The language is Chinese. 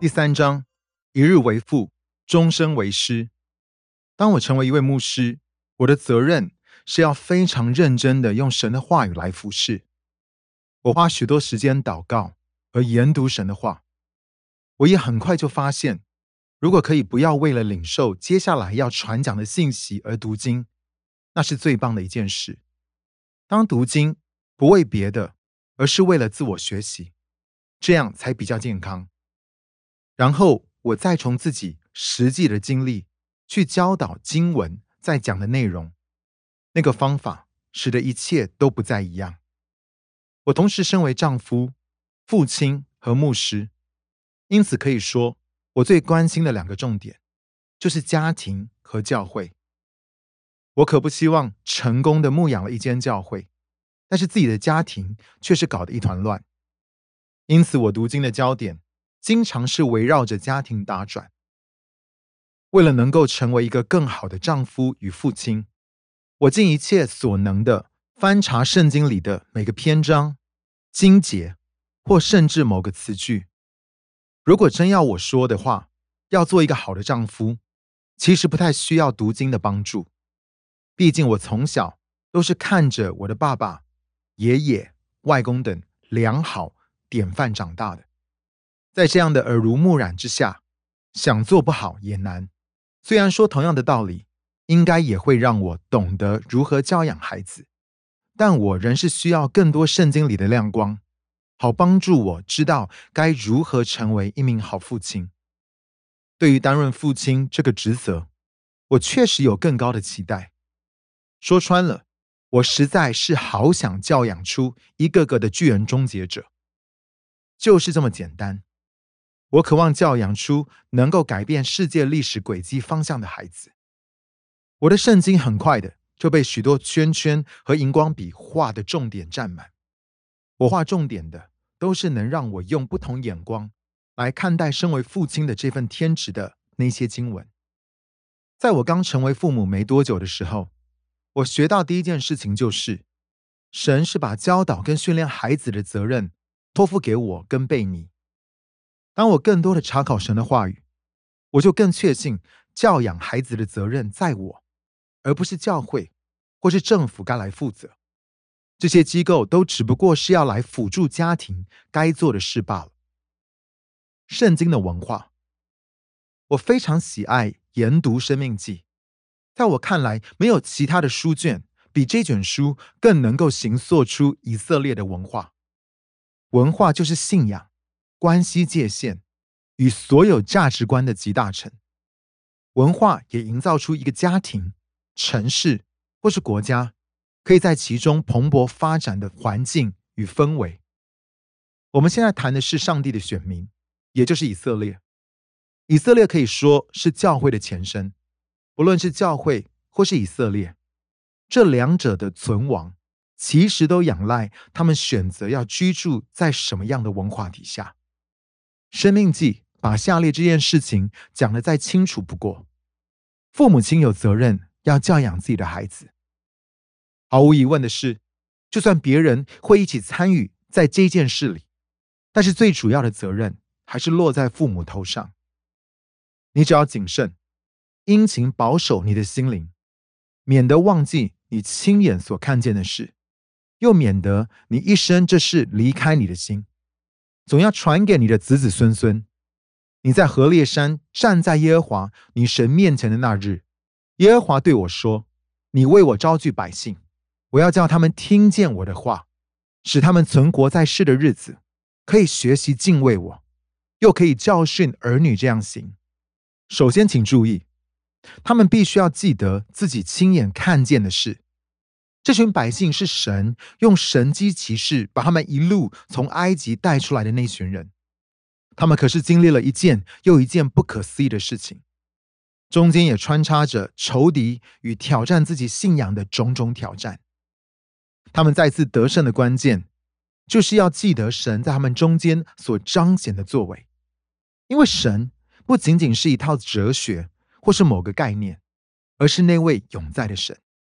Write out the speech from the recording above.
第3章，一日为父，终身为师。当我成为一位牧师，我的责任是要非常认真的用神的话语来服侍。我花许多时间祷告和研读神的话。我也很快就发现，如果可以不要为了领受接下来要传讲的信息而读经，那是最棒的一件事。当读经不为别的，而是为了自我学习，这样才比较健康。然后我再从自己实际的经历去教导经文在讲的内容，那个方法使得一切都不再一样。我同时身为丈夫、父亲和牧师，因此可以说我最关心的2个重点就是家庭和教会。我可不希望成功的牧养了一间教会，但是自己的家庭却是搞得一团乱。因此我读经的焦点经常是围绕着家庭打转。为了能够成为一个更好的丈夫与父亲，我尽一切所能的翻查圣经里的每个篇章、经节，或甚至某个词句。如果真要我说的话，要做一个好的丈夫，其实不太需要读经的帮助。毕竟我从小都是看着我的爸爸、爷爷、外公等良好典范长大的。在这样的耳濡目染之下，想做不好也难。虽然说同样的道理，应该也会让我懂得如何教养孩子，但我仍是需要更多圣经里的亮光，好帮助我知道该如何成为一名好父亲。对于担任父亲这个职责，我确实有更高的期待。说穿了，我实在是好想教养出一个个的巨人终结者。就是这么简单。我渴望教养出能够改变世界历史轨迹方向的孩子。我的圣经很快的就被许多圈圈和荧光笔画的重点占满。我画重点的都是能让我用不同眼光来看待身为父亲的这份天职的那些经文。在我刚成为父母没多久的时候，我学到第一件事情就是，神是把教导跟训练孩子的责任托付给我跟贝尼。当我更多的查考神的话语，我就更确信教养孩子的责任在我，而不是教会或是政府该来负责。这些机构都只不过是要来辅助家庭该做的事罢了。圣经的文化，我非常喜爱研读申命记。在我看来，没有其他的书卷比这卷书更能够形塑出以色列的文化。文化就是信仰、关系界限与所有价值观的集大成。文化也营造出一个家庭、城市或是国家可以在其中蓬勃发展的环境与氛围。我们现在谈的是上帝的选民，也就是以色列。以色列可以说是教会的前身。不论是教会或是以色列，这2者的存亡其实都仰赖他们选择要居住在什么样的文化底下。申命记把下列这件事情讲得再清楚不过。父母亲有责任要教养自己的孩子。毫无疑问的是，就算别人会一起参与在这件事里，但是最主要的责任还是落在父母头上。你只要谨慎，殷勤保守你的心灵，免得忘记你亲眼所看见的事，又免得你一生这事离开你的心，总要传给你的子子孙孙。你在何烈山站在耶和华你神面前的那日，耶和华对我说，你为我招聚百姓，我要叫他们听见我的话，使他们存活在世的日子，可以学习敬畏我，又可以教训儿女这样行。首先请注意，他们必须要记得自己亲眼看见的事。这群百姓是神用神机骑士把他们一路从埃及带出来的那群人。他们可是经历了一件又一件不可思议的事情，中间也穿插着仇敌与挑战自己信仰的种种挑战。他们再次得胜的关键，就是要记得神在他们中间所彰显的作为。因为神不仅仅是一套哲学或是某个概念，而是那位永在的神。